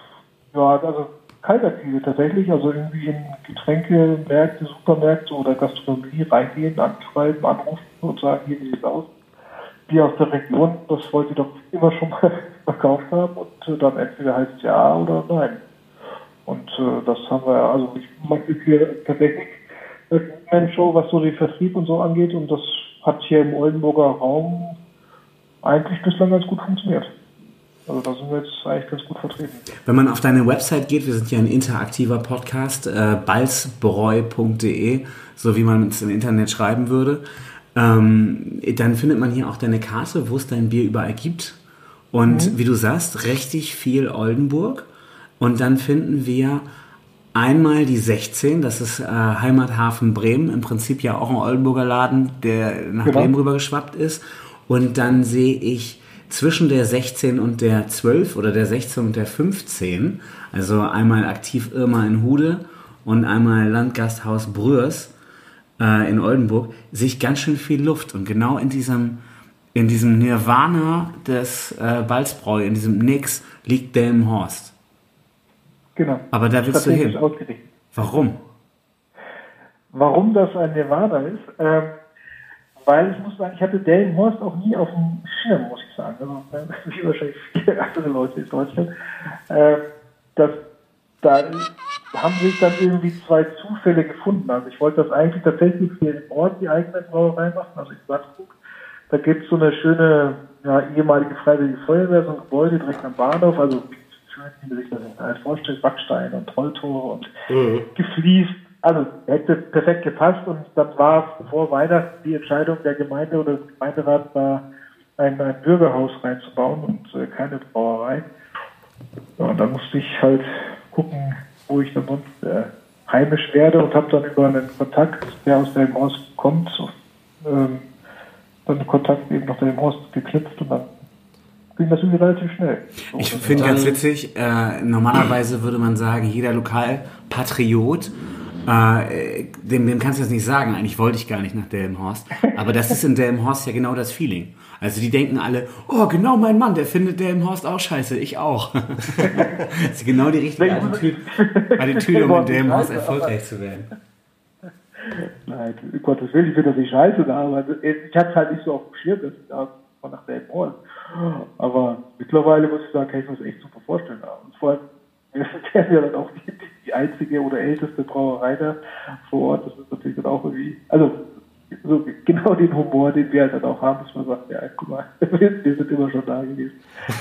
ja, also Kaltakquise tatsächlich, also irgendwie in Getränkemärkte, Supermärkte oder Gastronomie reingehen, anschreiben, anrufen und sagen, hier, wie sieht es aus? Die aus der Region, das wollt ihr doch immer schon mal verkauft haben und äh, dann entweder heißt es ja oder nein. Und äh, das haben wir ja, also ich mache hier tatsächlich eine Show, was so den Vertrieb und so angeht und das hat hier im Oldenburger Raum eigentlich bislang ganz gut funktioniert. Also da sind wir jetzt eigentlich ganz gut vertreten. Wenn man auf deine Website geht, wir sind ja ein interaktiver Podcast, äh, balzbräu punkt de, so wie man es im Internet schreiben würde, ähm, dann findet man hier auch deine Karte, wo es dein Bier überall gibt. Und mhm. wie du sagst, richtig viel Oldenburg. Und dann finden wir einmal die sechzehn, das ist äh, Heimathafen Bremen, im Prinzip ja auch ein Oldenburger Laden, der nach genau. Bremen rübergeschwappt ist. Und dann sehe ich zwischen der sechzehn und der zwölf oder der sechzehn und der fünfzehn, also einmal Aktiv Irma in Hude und einmal Landgasthaus Brüers äh, in Oldenburg, sehe ich ganz schön viel Luft. Und genau in diesem, in diesem Nirvana des äh, Balzbräu, in diesem Nix, liegt Delmenhorst. Genau. Aber da willst du hin. Warum? Warum das ein Nirvana ist? Ähm, Weil ich muss sagen, ich hatte Delmenhorst auch nie auf dem Schirm, muss ich sagen. Also, wie wahrscheinlich viele andere Leute in Deutschland. Äh, das, da haben sich dann irgendwie zwei Zufälle gefunden. Also ich wollte das eigentlich tatsächlich hier im Ort die eigene Brauerei machen, also in Salzburg. Da gibt es so eine schöne, ja, ehemalige Freiwillige Feuerwehr, so ein Gebäude direkt am Bahnhof, also schön, wie man sich das halt vorstellt, Backstein und Trolltore und mhm. gefliest. Also hätte perfekt gepasst und dann war vor Weihnachten die Entscheidung der Gemeinde oder des Gemeinderats, da ein, ein Bürgerhaus reinzubauen und äh, keine Brauerei. Ja, und da musste ich halt gucken, wo ich dann sonst äh, heimisch werde und habe dann über einen Kontakt, der aus dem Haus kommt, ähm, dann Kontakt eben nach dem Haus geknüpft und dann ging das irgendwie relativ schnell. So, ich finde ganz witzig, äh, normalerweise würde man sagen, jeder Lokalpatriot, äh, dem, dem kannst du das nicht sagen, eigentlich wollte ich gar nicht nach Delmenhorst, aber das ist in Delmenhorst ja genau das Feeling. Also die denken alle, oh genau mein Mann, der findet Delmenhorst auch scheiße, ich auch. Das ist genau die richtige Attitüde, um in Delmenhorst erfolgreich zu werden. Nein, um Gottes Willen, ich finde das nicht scheiße, aber ich hatte es halt nicht so auf dem Schirm, dass ich da von nach Delmenhorst. Aber mittlerweile muss ich sagen, kann ich mir das echt super vorstellen. Und vor allem, wir sind ja dann auch die, die einzige oder älteste Brauerei da vor Ort. Das ist natürlich dann auch irgendwie, also so genau den Humor, den wir halt dann auch haben, dass man sagt, ja, guck mal, wir sind immer schon da gewesen.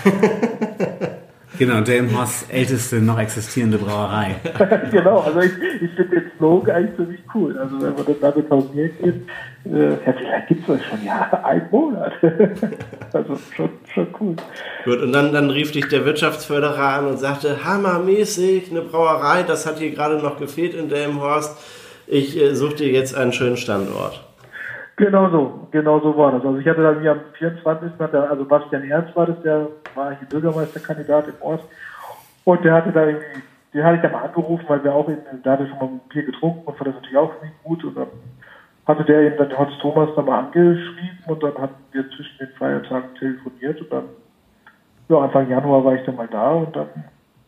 Genau, Delmenhorst älteste noch existierende Brauerei. Genau, also ich, ich finde den Slogan eigentlich ziemlich cool. Also wenn man dann damit hausieren geht, äh, ja, vielleicht gibt es das schon, ja, einen Monat. Also schon, schon cool. Gut, und dann, dann rief dich der Wirtschaftsförderer an und sagte, hammermäßig, eine Brauerei, das hat hier gerade noch gefehlt in Delmenhorst. Ich äh, suche dir jetzt einen schönen Standort. Genau so, genau so war das. Also ich hatte dann hier am vierundzwanzigsten Hatte, also Bastian Ernst war das, der war hier Bürgermeisterkandidat im Ort. Und der hatte da irgendwie, den hatte ich dann mal angerufen, weil wir auch eben, da hatte ich schon mal ein Bier getrunken und fand das natürlich auch nicht gut. Und dann hatte der eben dann Hans Thomas da mal angeschrieben und dann hatten wir zwischen den Feiertagen telefoniert und dann, ja, Anfang Januar war ich dann mal da und dann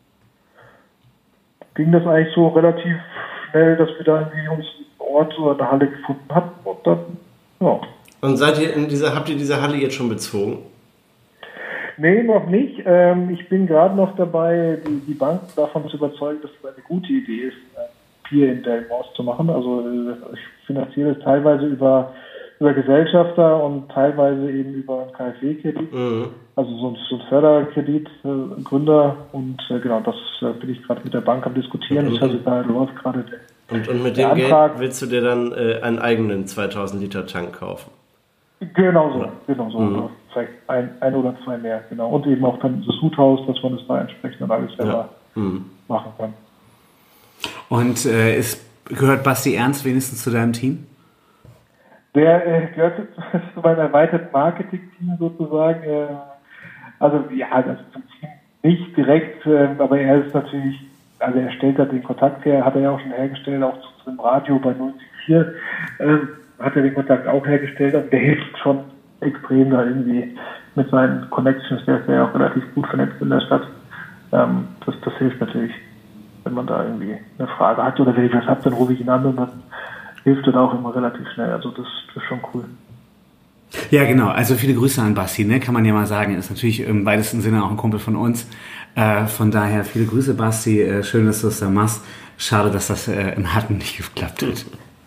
ging das eigentlich so relativ schnell, dass wir da irgendwie uns einen Ort oder eine Halle gefunden hatten und dann, ja. Und seid ihr in dieser, habt ihr diese Halle jetzt schon bezogen? Nee, noch nicht. Ähm, ich bin gerade noch dabei, die, die Bank davon zu überzeugen, dass es eine gute Idee ist, Bier in Delmenhorst zu machen. Also ich finanziere es teilweise über, über Gesellschafter und teilweise eben über einen K f W-Kredit. Mhm. Also so ein, so ein Förderkredit, äh, Gründer und äh, genau, das äh, bin ich gerade mit der Bank am diskutieren. Mhm. Das heißt, da läuft gerade der Und, und mit dem Antrag. Geld willst du dir dann äh, einen eigenen zweitausend Liter Tank kaufen? Genau so, genau so. Mhm. Vielleicht ein, ein oder zwei mehr, genau. Und eben auch dann das Huthaus, dass man es da entsprechend dann alles selber ja. mhm. machen kann. Und äh, ist, gehört Basti Ernst wenigstens zu deinem Team? Der äh, gehört zu meinem erweiterten Marketing-Team sozusagen. Äh, also ja, das zum Team nicht direkt, äh, aber er ist natürlich, also er stellt da den Kontakt her, hat er ja auch schon hergestellt, auch zu dem Radio bei null vier äh, hat er den Kontakt auch hergestellt, und der hilft schon extrem da irgendwie mit seinen Connections, der ist ja auch relativ gut vernetzt in der Stadt. Ähm, das, das hilft natürlich, wenn man da irgendwie eine Frage hat oder wenn ich was habe, dann rufe ich ihn an und dann hilft er da auch immer relativ schnell. Also das, das ist schon cool. Ja, genau. Also viele Grüße an Basti, ne? Kann man ja mal sagen. Ist natürlich im weitesten Sinne auch ein Kumpel von uns. Äh, von daher viele Grüße, Basti. Äh, schön, dass du es da machst. Schade, dass das äh, im Hatten nicht geklappt hat.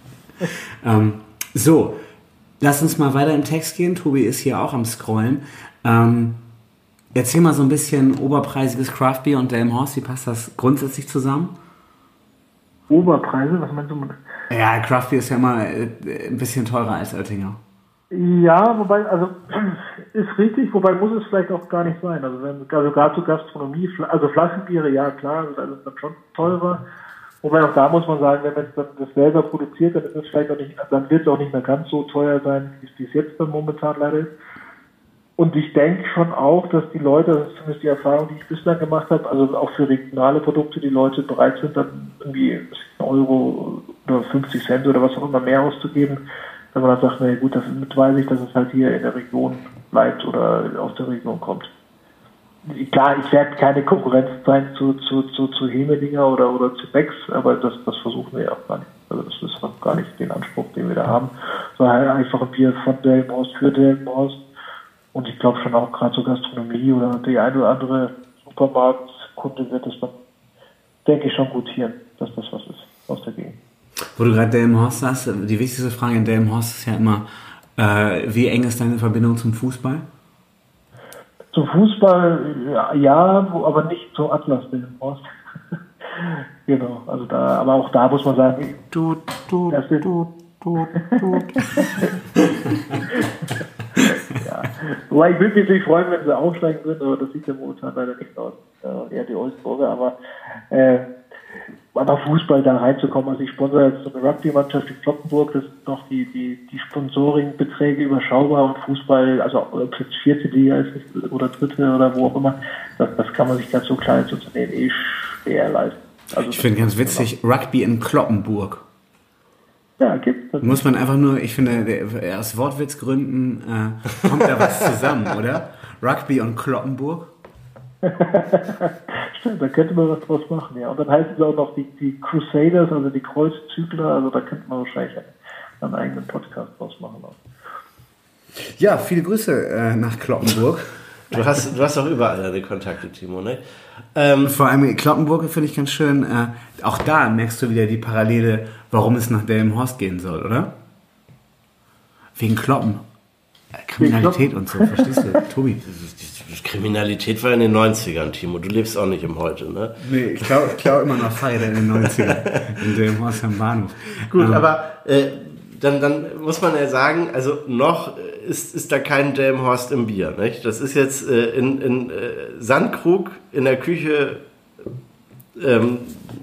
ähm, so, lass uns mal weiter im Text gehen. Tobi ist hier auch am Scrollen. Ähm, erzähl mal so ein bisschen oberpreisiges Craftbeer und Delmenhorst. Wie passt das grundsätzlich zusammen? Oberpreise? Was meinst du? Ja, Craftbeer ist ja immer äh, ein bisschen teurer als Oettinger. Ja, wobei, also ist richtig, wobei muss es vielleicht auch gar nicht sein. Also wenn, also gerade zur Gastronomie, also Flaschenbiere, ja klar, das ist alles dann schon teurer. Wobei auch da muss man sagen, wenn man es dann das selber produziert, dann ist es vielleicht auch nicht, dann wird es auch nicht mehr ganz so teuer sein, wie es jetzt dann momentan leider ist. Und ich denke schon auch, dass die Leute, das ist zumindest die Erfahrung, die ich bislang gemacht habe, also auch für regionale Produkte, die Leute bereit sind, dann irgendwie einen Euro oder fünfzig Cent oder was auch immer mehr auszugeben, wenn man dann sagt, na gut, das weiß ich, dass es halt hier in der Region bleibt oder aus der Region kommt. Klar, ich werde keine Konkurrenz sein zu, zu, zu, zu Hemelinger oder, oder zu Becks, aber das, das versuchen wir ja auch gar nicht. Also das ist auch gar nicht den Anspruch, den wir da haben, sondern einfach ein Bier von Delmenhorst für Delmenhorst. Und ich glaube schon auch gerade zur Gastronomie oder die eine oder andere Supermarktkunde wird das dann, denke ich, schon gutieren, dass das was ist aus der Gegend. Wo du gerade Delmenhorst sagst, die wichtigste Frage in Delmenhorst ist ja immer, Äh, wie eng ist deine Verbindung zum Fußball? Zum Fußball, ja, ja, wo- aber nicht zum Atlas Delmenhorst. Genau, also da, aber auch da muss man sagen, Du, du, Das ist- du, du, du. ja. Wobei ich würde mich natürlich freuen, wenn sie aufsteigen würden, aber das sieht ja momentan leider nicht aus. Äh, eher die Oldenburger, aber äh, aber Fußball da reinzukommen, also ich sponsere jetzt so eine Rugby-Mannschaft in Kloppenburg, das sind noch die, die, die Sponsoring-Beträge überschaubar und Fußball, also ob es jetzt vierte Liga ist oder dritte oder wo auch immer, das, das kann man sich ganz so klein als Unternehmen eh schwer leisten. Also Ich finde ganz witzig, Rugby in Kloppenburg. Ja, gibt es. Muss man einfach nur, ich finde, der- aus Wortwitzgründen äh, kommt da was zusammen, oder? Rugby und Kloppenburg. Stimmt, da könnte man was draus machen, ja. Und dann heißen es auch noch die, die Crusaders, also die Kreuzzügler, also da könnte man wahrscheinlich einen eigenen Podcast draus machen. Auch. Ja, viele Grüße äh, nach Kloppenburg. Du hast, du hast auch überall deine Kontakte, Timo, ne? Ähm, Vor allem in Kloppenburg finde ich ganz schön, äh, auch da merkst du wieder die Parallele, warum es nach Delmenhorst gehen soll, oder? Wegen Kloppen. Äh, Kriminalität und so, verstehst du, Tobi? Kriminalität war in den neunzigern, Timo. Du lebst auch nicht im Heute, ne? Nee, ich glaube ich glaub immer noch Feier in den neunzigern in Delmenhorst am Bahnhof. Gut, Ähm, aber äh, dann, dann muss man ja sagen, also noch ist, ist da kein Delmenhorst im Bier, nicht? Das ist jetzt äh, in, in äh, Sandkrug in der Küche, ähm,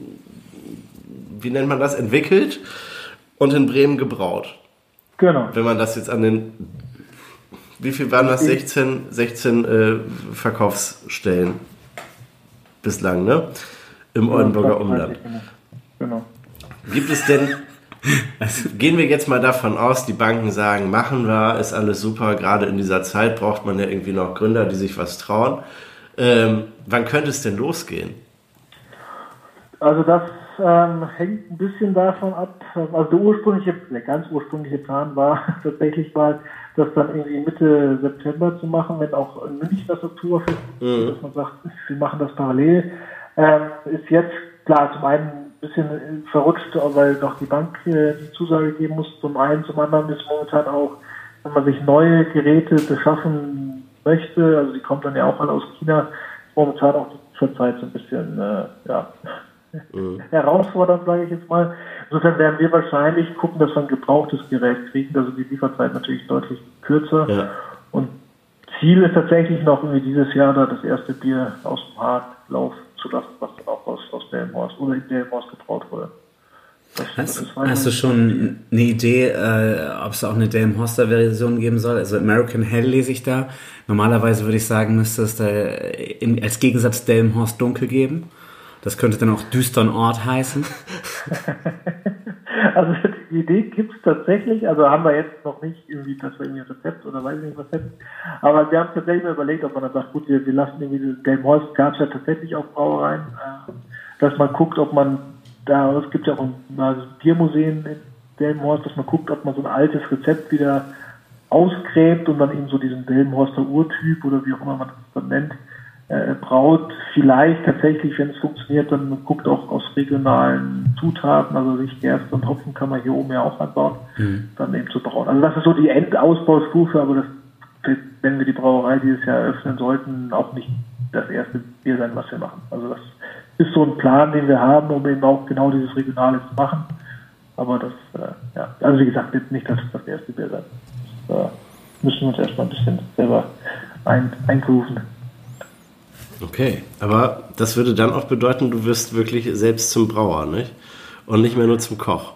wie nennt man das, entwickelt und in Bremen gebraut. Genau. Wenn man das jetzt an den, wie viel waren das? sechzehn, sechzehn äh, Verkaufsstellen bislang, ne? Im Oldenburger Umland. Genau. Gibt es denn, gehen wir jetzt mal davon aus, die Banken sagen, machen wir, ist alles super, gerade in dieser Zeit braucht man ja irgendwie noch Gründer, die sich was trauen. Ähm, wann könnte es denn losgehen? Also das ähm, hängt ein bisschen davon ab, also der ursprüngliche, der ganz ursprüngliche Plan war tatsächlich mal, das dann irgendwie Mitte September zu machen, wenn auch in München das Oktoberfest ist, Mhm. dass man sagt, wir machen das parallel. Ähm, ist jetzt, klar, zum einen ein bisschen verrutscht, weil doch die Bank äh, die Zusage geben muss, zum einen, zum anderen ist momentan auch, wenn man sich neue Geräte beschaffen möchte, also die kommen dann ja auch alle aus China, ist momentan auch zurzeit so ein bisschen, äh, ja, Mhm. herausfordernd, sage ich jetzt mal. Insofern werden wir wahrscheinlich gucken, dass wir ein gebrauchtes Gerät kriegen, also die Lieferzeit natürlich deutlich kürzer. Ja. Und Ziel ist tatsächlich noch irgendwie dieses Jahr da das erste Bier aus dem Hahn laufen zu lassen, was dann auch aus, aus Delmenhorst oder in Delmenhorst gebraut wurde. Das, Hast, das war hast du schon eine Idee, äh, ob es auch eine Delmenhorster Version geben soll? Also American Hell lese ich da. Normalerweise würde ich sagen, müsste es da im, als Gegensatz Delmenhorst Dunkel geben. Das könnte dann auch Düstern Ort heißen. Also die Idee gibt es tatsächlich, also haben wir jetzt noch nicht irgendwie, dass wir irgendwie ein Rezept oder weiß ich nicht was hätten, aber wir haben tatsächlich mal überlegt, ob man dann sagt, gut, wir, wir lassen irgendwie, Delmenhorst gab es ja tatsächlich auch Brauereien, äh, dass man guckt, ob man da, es gibt ja auch ein, also Biermuseen in Delmenhorst, dass man guckt, ob man so ein altes Rezept wieder ausgräbt und dann eben so diesen Delmenhorster Urtyp oder wie auch immer man das dann nennt, äh, braut, vielleicht tatsächlich, wenn es funktioniert, dann guckt auch aus regionalen Zutaten, also sich Gerste und Hopfen kann man hier oben ja auch anbauen, mhm. dann eben zu brauen. Also das ist so die Endausbaustufe, aber das wird, wenn wir die Brauerei dieses Jahr eröffnen sollten, auch nicht das erste Bier sein, was wir machen. Also das ist so ein Plan, den wir haben, um eben auch genau dieses Regionale zu machen. Aber das, äh, ja, also wie gesagt, wird nicht das, das erste Bier sein. Das äh, müssen wir uns erstmal ein bisschen selber ein, eingrooven. Okay, aber das würde dann auch bedeuten, du wirst wirklich selbst zum Brauer, nicht? Und nicht mehr nur zum Koch.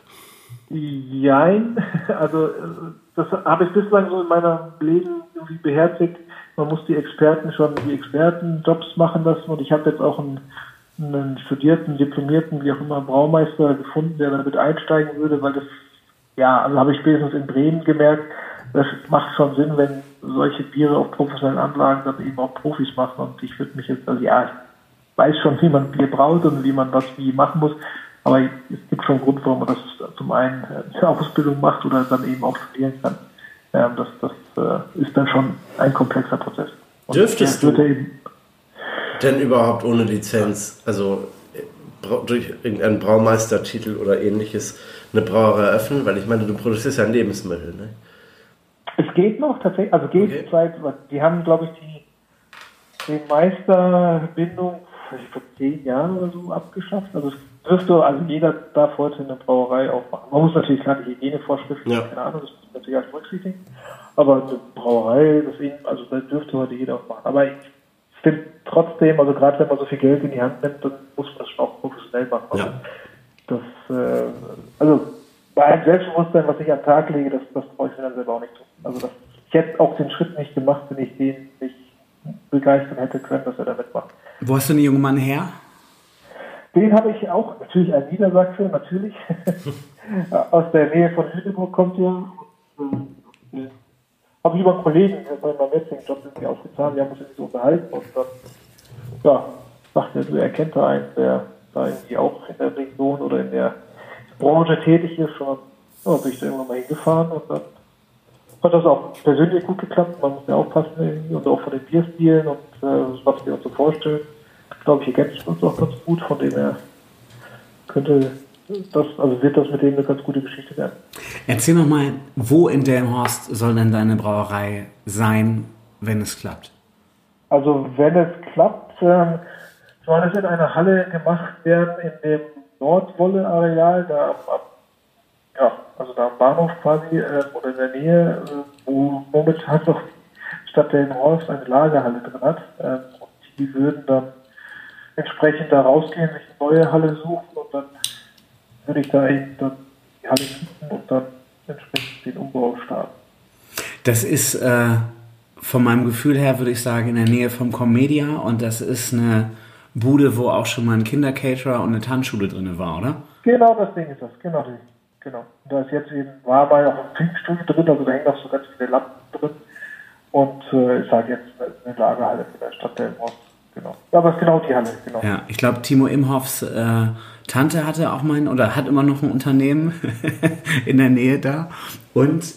Jein, also das habe ich bislang so in meinem Leben irgendwie beherzigt. Man muss die Experten schon die Expertenjobs machen lassen und ich habe jetzt auch einen, einen studierten, diplomierten, wie auch immer, Braumeister gefunden, der damit einsteigen würde, weil das, ja, also habe ich spätestens in Bremen gemerkt, das macht schon Sinn, wenn solche Biere auf professionellen Anlagen dann eben auch Profis machen und ich würde mich jetzt, also ja, ich weiß schon, wie man Bier braut und wie man was wie machen muss, aber es gibt schon einen Grund, warum man das zum einen eine Ausbildung macht oder dann eben auch studieren kann. Ähm, das das äh, ist dann schon ein komplexer Prozess. Und Dürftest du eben denn überhaupt ohne Lizenz, also durch irgendeinen Braumeistertitel oder ähnliches, eine Brauerei eröffnen? Weil ich meine, du produzierst ja ein Lebensmittel, ne? geht noch tatsächlich, also geht Okay. seit, die haben, glaube ich, die, die Meisterbindung vor zehn Jahren oder so abgeschafft. Also es dürfte, also jeder darf heute eine Brauerei aufmachen. Man muss natürlich klar die Hygienevorschriften, Ja. keine Ahnung, das muss man natürlich alles berücksichtigen. Aber eine Brauerei, deswegen, also da dürfte heute jeder aufmachen. Aber ich finde trotzdem, also gerade wenn man so viel Geld in die Hand nimmt, dann muss man das schon auch professionell machen. Also Ja. das, äh, also bei einem Selbstbewusstsein, was ich an den Tag lege, das, das brauche ich mir dann selber auch nicht tun. Also das, ich hätte auch den Schritt nicht gemacht, wenn ich den nicht begeistern hätte können, dass er da mitmacht. Wo hast du den jungen Mann her? Den habe ich auch, natürlich ein Niedersachse, natürlich. Aus der Nähe von Lüneburg kommt er. Und, äh, habe ich über einen Kollegen bei meinem jetzigen Job irgendwie aufgetan, wir haben uns irgendwie so unterhalten und dann, ja, sagte er, du erkennt da einen, der da irgendwie auch in der Region oder in der Branche tätig ist. Und ja, bin ich da irgendwann mal hingefahren und dann hat das auch persönlich gut geklappt. Man muss ja aufpassen irgendwie und auch von den Bierstilen und äh, was wir uns so vorstellen. Glaube ich, ergänzt uns auch ganz gut, von dem her könnte das, also wird das mit dem eine ganz gute Geschichte werden. Erzähl noch mal, wo in Delmenhorst soll denn deine Brauerei sein, wenn es klappt? Also wenn es klappt, ähm, soll es in einer Halle gemacht werden, in dem Nordwolle-Areal, da am, am, ja, also da am Bahnhof quasi, äh, oder in der Nähe, äh, wo momentan noch die Stadt Delmenhorst eine Lagerhalle drin hat. Ähm, und die würden dann entsprechend da rausgehen, sich eine neue Halle suchen und dann würde ich da eben dann die Halle suchen und dann entsprechend den Umbau starten. Das ist äh, von meinem Gefühl her, würde ich sagen, in der Nähe vom Comedia und das ist eine Bude, wo auch schon mal ein Kindercaterer und eine Tanzschule drin war, oder? Genau das Ding ist das, genau. Die, genau. Und da ist jetzt eben, war mal auch ein Filmstudio drin, also da hängen auch so ganz viele Lampen drin und äh, ist halt jetzt eine Lagerhalle für der Stadt Delmenhorst. Genau. Aber es ist genau die Halle, genau. Ja, ich glaube, Timo Imhoffs äh, Tante hatte auch mein, oder hat immer noch ein Unternehmen in der Nähe da. Und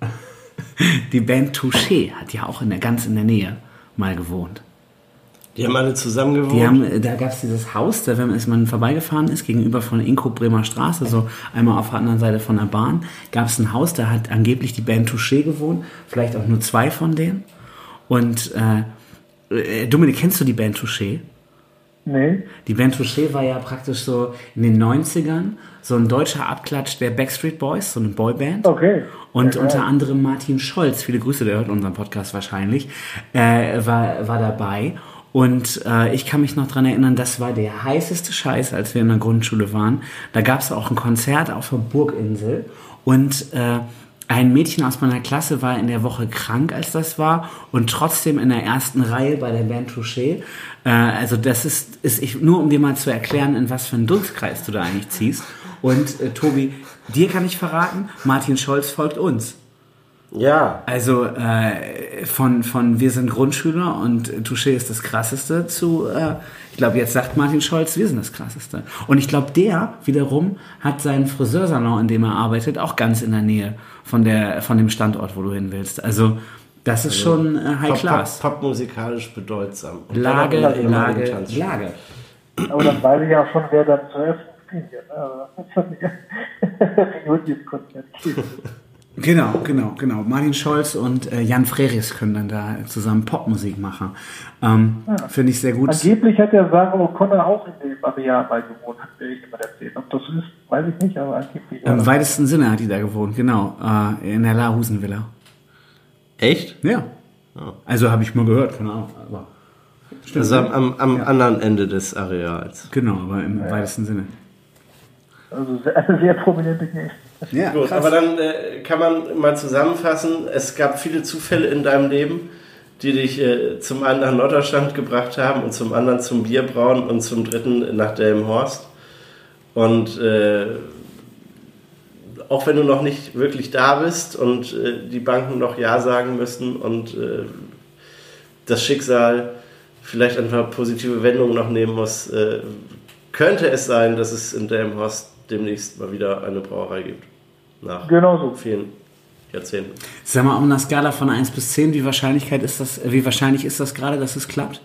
die Band Touché hat ja auch in der, ganz in der Nähe mal gewohnt. Die haben alle zusammen gewohnt? Die haben, da gab es dieses Haus, da wenn man vorbeigefahren ist, gegenüber von Inko Bremer Straße, so einmal auf der anderen Seite von der Bahn, gab es ein Haus, da hat angeblich die Band Touché gewohnt, vielleicht auch nur zwei von denen. Und äh, Dominik, kennst du die Band Touché? Nee. Die Band Touché war ja praktisch so in den neunzigern so ein deutscher Abklatsch der Backstreet Boys, so eine Boyband. Okay. Und Ja, unter ja. anderem Martin Scholz, viele Grüße, der hört unseren Podcast wahrscheinlich, äh, war, war dabei. Und äh, ich kann mich noch dran erinnern, das war der heißeste Scheiß, als wir in der Grundschule waren. Da gab es auch ein Konzert auf der Burginsel und äh, ein Mädchen aus meiner Klasse war in der Woche krank, als das war, und trotzdem in der ersten Reihe bei der Band Touché. Äh, also das ist, ist ich, nur um dir mal zu erklären, in was für einen Dunstkreis du da eigentlich ziehst. Und äh, Tobi, dir kann ich verraten, Martin Scholz folgt uns. Ja. Also äh, von, von wir sind Grundschüler und Touché ist das Krasseste zu, äh, ich glaube, jetzt sagt Martin Scholz, wir sind das Krasseste. Und ich glaube, der wiederum hat seinen Friseursalon, in dem er arbeitet, auch ganz in der Nähe von, der, von dem Standort, wo du hin willst. Also das ist Also, schon äh, High Pop, Class. Pop, popmusikalisch bedeutsam. Und Lage, dann auch immer Lage, den Tanz. Lage. Aber dann weiß ich ja schon, wer dann zuerst spielen wird. Ne? Also das ist schon ein Reunion-Konzert. Genau, genau, genau. Martin Scholz und äh, Jan Freris können dann da zusammen Popmusik machen. Ähm, Ja. Finde ich sehr gut. Angeblich hat der Sarah O'Connor auch in dem Areal mal gewohnt, hat mir jemand erzählt. Ob das ist, weiß ich nicht, aber angeblich. Im ja. weitesten Sinne hat die da gewohnt, genau. Äh, in der Lahusen-Villa. Echt? Ja. Also habe ich mal gehört, keine Ahnung. Aber stimmt. Also am, am, am Ja. anderen Ende des Areals. Genau, aber im weitesten Sinne. Also sehr, also sehr prominente Geschichte. Ja, Gut, aber dann äh, kann man mal zusammenfassen, es gab viele Zufälle in deinem Leben, die dich äh, zum einen nach Norddeutschland gebracht haben und zum anderen zum Bierbrauen und zum dritten nach Delmenhorst. Und äh, auch wenn du noch nicht wirklich da bist und äh, die Banken noch Ja sagen müssen und äh, das Schicksal vielleicht ein paar positive Wendungen noch nehmen muss, äh, könnte es sein, dass es in Delmenhorst demnächst mal wieder eine Brauerei gibt. Nach Genau so. vielen Jahrzehnten. Sag mal, auf einer Skala von eins bis zehn, wie Wahrscheinlichkeit ist das, wie wahrscheinlich ist das gerade, dass es klappt?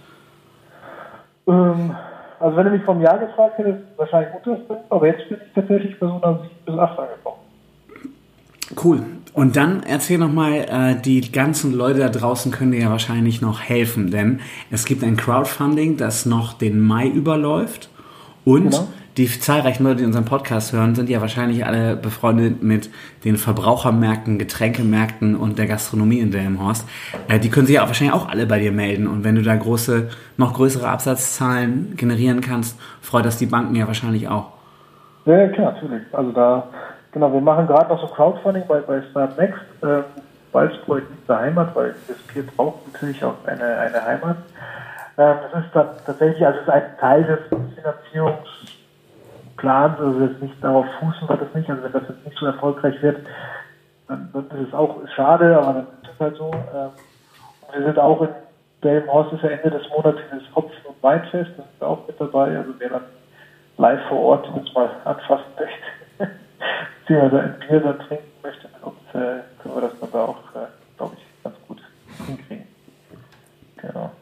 Ähm, also wenn du mich vom Jahr gefragt hättest, wahrscheinlich unter fünf, aber jetzt bin ich tatsächlich bei so einer sieben bis acht angekommen. Cool. Und dann erzähl nochmal, äh, die ganzen Leute da draußen können dir ja wahrscheinlich noch helfen, denn es gibt ein Crowdfunding, das noch den Mai überläuft und genau. Die zahlreichen Leute, die unseren Podcast hören, sind ja wahrscheinlich alle befreundet mit den Verbrauchermärkten, Getränkemärkten und der Gastronomie in Delmenhorst. Äh, die können sich ja auch wahrscheinlich auch alle bei dir melden. Und wenn du da große, noch größere Absatzzahlen generieren kannst, freut das die Banken ja wahrscheinlich auch. Ja, klar, natürlich. Also da, genau, wir machen gerade noch so Crowdfunding bei, bei Start Next. Ähm, Walsbräu ist eine Heimat, weil das Bier braucht natürlich auch eine, eine Heimat. Ähm, das ist dann tatsächlich, also es ist ein Teil des Finanzierungs Plans, also jetzt nicht darauf fußen wird es nicht, also wenn das jetzt nicht so erfolgreich wird, dann, dann ist es auch schade, aber dann ist es halt so. Ähm, und wir sind auch in Delmenhorst, ist ja Ende des Monats dieses Hopfen- und Weinfest, da sind wir auch mit dabei, also wer dann live vor Ort uns mal anfassen möchte, beziehungsweise ein Bier dann trinken möchte mit uns, äh, können wir das dann da auch, äh, glaube ich, ganz gut hinkriegen. Genau.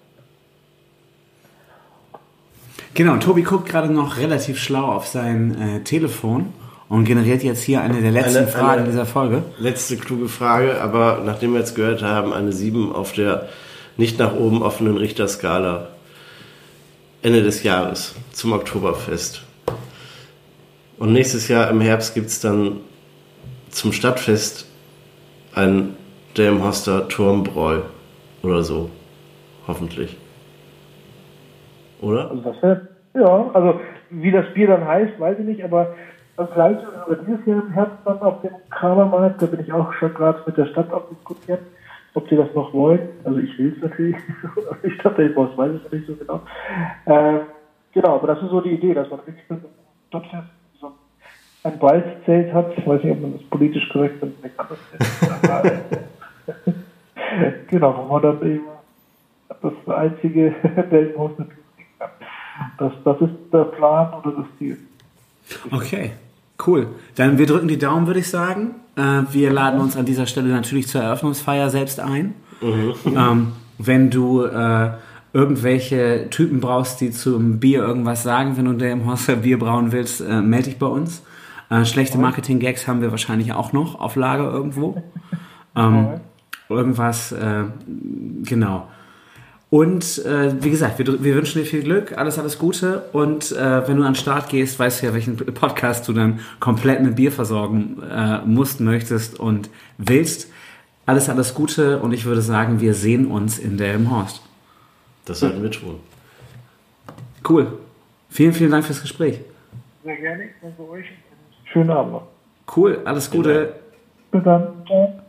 Genau, und Tobi guckt gerade noch relativ schlau auf sein äh, Telefon und generiert jetzt hier eine der letzten eine, Fragen eine dieser Folge. Letzte kluge Frage, aber nachdem wir jetzt gehört haben, eine sieben auf der nicht nach oben offenen Richterskala Ende des Jahres zum Oktoberfest. Und nächstes Jahr im Herbst gibt es dann zum Stadtfest ein Delmenhorster Turmbräu oder so. Hoffentlich. Oder? Also das wäre, ja, also wie das Bier dann heißt, weiß ich nicht, aber das gleiche über dieses Jahr im Herbst dann auf dem Kramermarkt, da bin ich auch schon gerade mit der Stadt am diskutieren, ob sie das noch wollen. Also ich will es natürlich nicht so, aber ich dachte, ich weiß es nicht so genau. Ähm, genau, aber das ist so die Idee, dass man wirklich mit dem Stadtfest so ein Balzzelt hat. Ich weiß nicht, ob man das politisch korrekt ist, nicht anders ist. Genau, wo man dann eben das einzige Delmenhorst natürlich kann. Das, das ist der Plan oder das Ziel. Okay, cool. Dann wir drücken die Daumen, würde ich sagen. Äh, wir laden uns an dieser Stelle natürlich zur Eröffnungsfeier selbst ein. Mhm. Ähm, wenn du äh, irgendwelche Typen brauchst, die zum Bier irgendwas sagen, wenn du Delmenhorster Bier brauen willst, äh, melde dich bei uns. Äh, schlechte Marketing-Gags haben wir wahrscheinlich auch noch auf Lager irgendwo. Ähm, irgendwas, äh, genau. Und äh, wie gesagt, wir, wir wünschen dir viel Glück, alles, alles Gute. Und äh, wenn du an den Start gehst, weißt du ja, welchen Podcast du dann komplett mit Bier versorgen äh, musst, möchtest und willst. Alles, alles Gute und ich würde sagen, wir sehen uns in Delmenhorst. Das sollten wir tun. Cool. Vielen, vielen Dank fürs Gespräch. Sehr gerne. Danke euch. Schönen Abend noch. Cool, alles Gute. Bis dann. Ciao.